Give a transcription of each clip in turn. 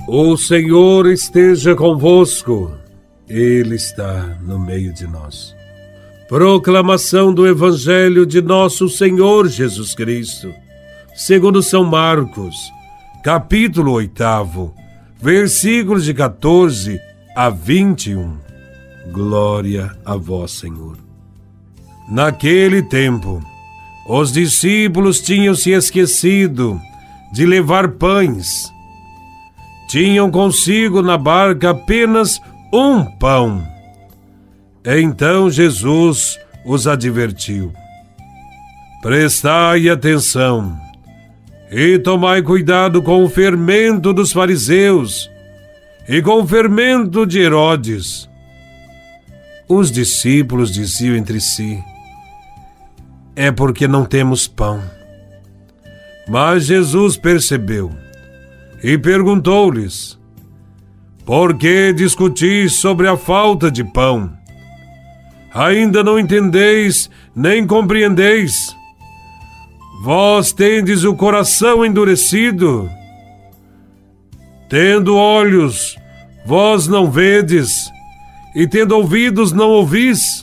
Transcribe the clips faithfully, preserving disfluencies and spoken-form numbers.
O Senhor esteja convosco, Ele está no meio de nós. Proclamação do Evangelho de nosso Senhor Jesus Cristo, segundo São Marcos, capítulo oitavo, versículos de quatorze a vinte e um. Glória a vós, Senhor. Naquele tempo, os discípulos tinham se esquecido de levar pães. Tinham consigo na barca apenas um pão. Então Jesus os advertiu: prestai atenção e tomai cuidado com o fermento dos fariseus e com o fermento de Herodes. Os discípulos diziam entre si: é porque não temos pão. Mas Jesus percebeu e perguntou-lhes: por que discutis sobre a falta de pão? Ainda não entendeis nem compreendeis? Vós tendes o coração endurecido? Tendo olhos, vós não vedes, e tendo ouvidos, não ouvis?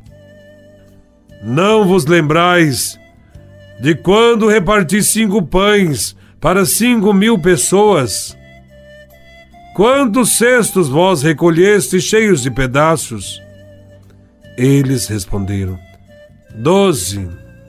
Não vos lembrais de quando reparti cinco pães para cinco mil pessoas? Quantos cestos vós recolhestes cheios de pedaços? Eles responderam: doze.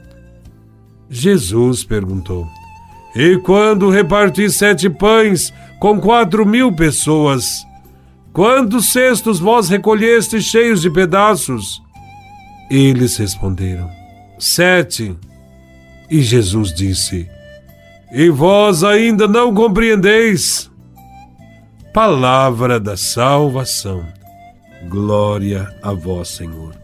Jesus perguntou: e quando reparti sete pães com quatro mil pessoas, quantos cestos vós recolhestes cheios de pedaços? Eles responderam: sete. E Jesus disse: e vós ainda não compreendeis? Palavra da salvação. Glória a vós, Senhor.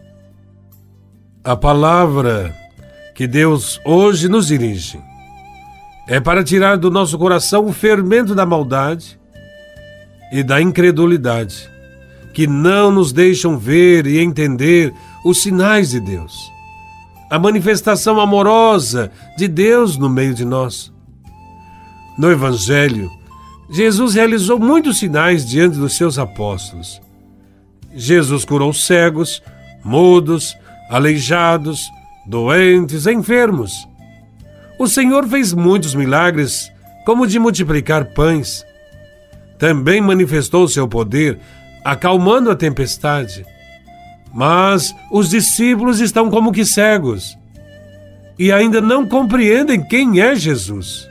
A palavra que Deus hoje nos dirige é para tirar do nosso coração o fermento da maldade e da incredulidade, que não nos deixam ver e entender os sinais de Deus, a manifestação amorosa de Deus no meio de nós. No Evangelho, Jesus realizou muitos sinais diante dos seus apóstolos. Jesus curou cegos, mudos, aleijados, doentes, enfermos. O Senhor fez muitos milagres, como de multiplicar pães. Também manifestou seu poder, acalmando a tempestade. Mas os discípulos estão como que cegos e ainda não compreendem quem é Jesus.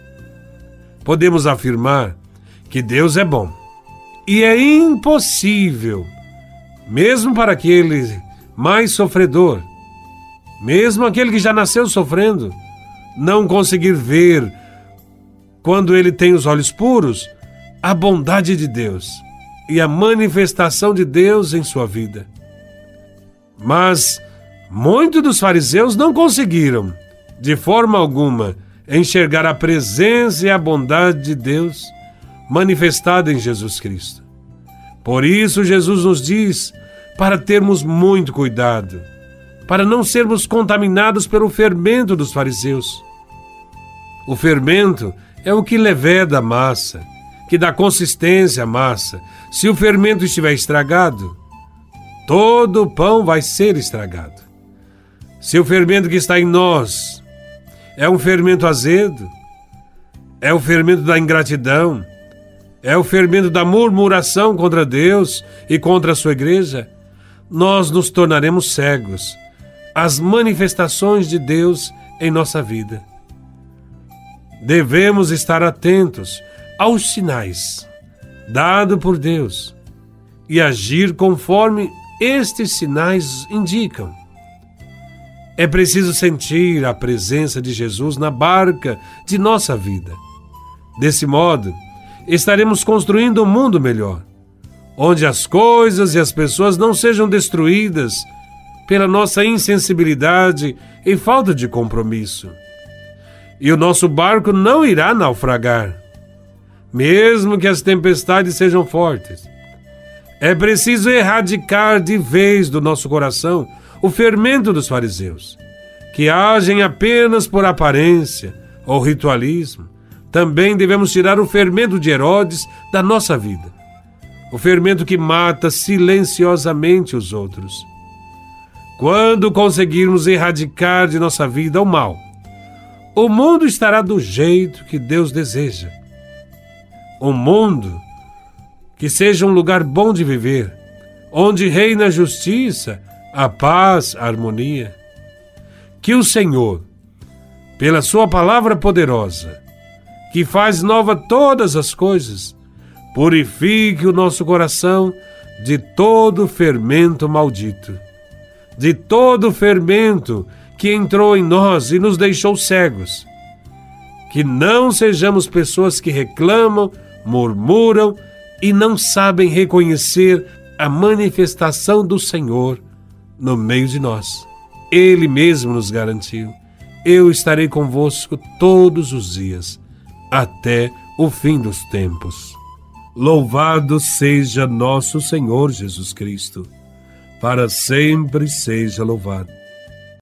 Podemos afirmar que Deus é bom e é impossível, mesmo para aquele mais sofredor, mesmo aquele que já nasceu sofrendo, não conseguir ver, quando ele tem os olhos puros, a bondade de Deus e a manifestação de Deus em sua vida. Mas muitos dos fariseus não conseguiram, de forma alguma, enxergar a presença e a bondade de Deus manifestada em Jesus Cristo. Por isso, Jesus nos diz para termos muito cuidado, para não sermos contaminados pelo fermento dos fariseus. O fermento é o que leveda a massa, que dá consistência à massa. Se o fermento estiver estragado, todo o pão vai ser estragado. Se o fermento que está em nós é um fermento azedo, é o fermento da ingratidão, é o fermento da murmuração contra Deus e contra a sua igreja, nós nos tornaremos cegos às manifestações de Deus em nossa vida. Devemos estar atentos aos sinais dados por Deus e agir conforme estes sinais indicam. É preciso sentir a presença de Jesus na barca de nossa vida. Desse modo, estaremos construindo um mundo melhor, onde as coisas e as pessoas não sejam destruídas pela nossa insensibilidade e falta de compromisso. E o nosso barco não irá naufragar, mesmo que as tempestades sejam fortes. É preciso erradicar de vez do nosso coração o fermento dos fariseus, que agem apenas por aparência ou ritualismo, também devemos tirar o fermento de Herodes da nossa vida. O fermento que mata silenciosamente os outros. Quando conseguirmos erradicar de nossa vida o mal, o mundo estará do jeito que Deus deseja. Um mundo que seja um lugar bom de viver, onde reina a justiça, a paz, a harmonia. Que o Senhor, pela sua palavra poderosa, que faz nova todas as coisas, purifique o nosso coração de todo fermento maldito, de todo fermento que entrou em nós e nos deixou cegos. Que não sejamos pessoas que reclamam, murmuram e não sabem reconhecer a manifestação do Senhor no meio de nós. Ele mesmo nos garantiu: eu estarei convosco todos os dias, até o fim dos tempos. Louvado seja nosso Senhor Jesus Cristo, para sempre seja louvado.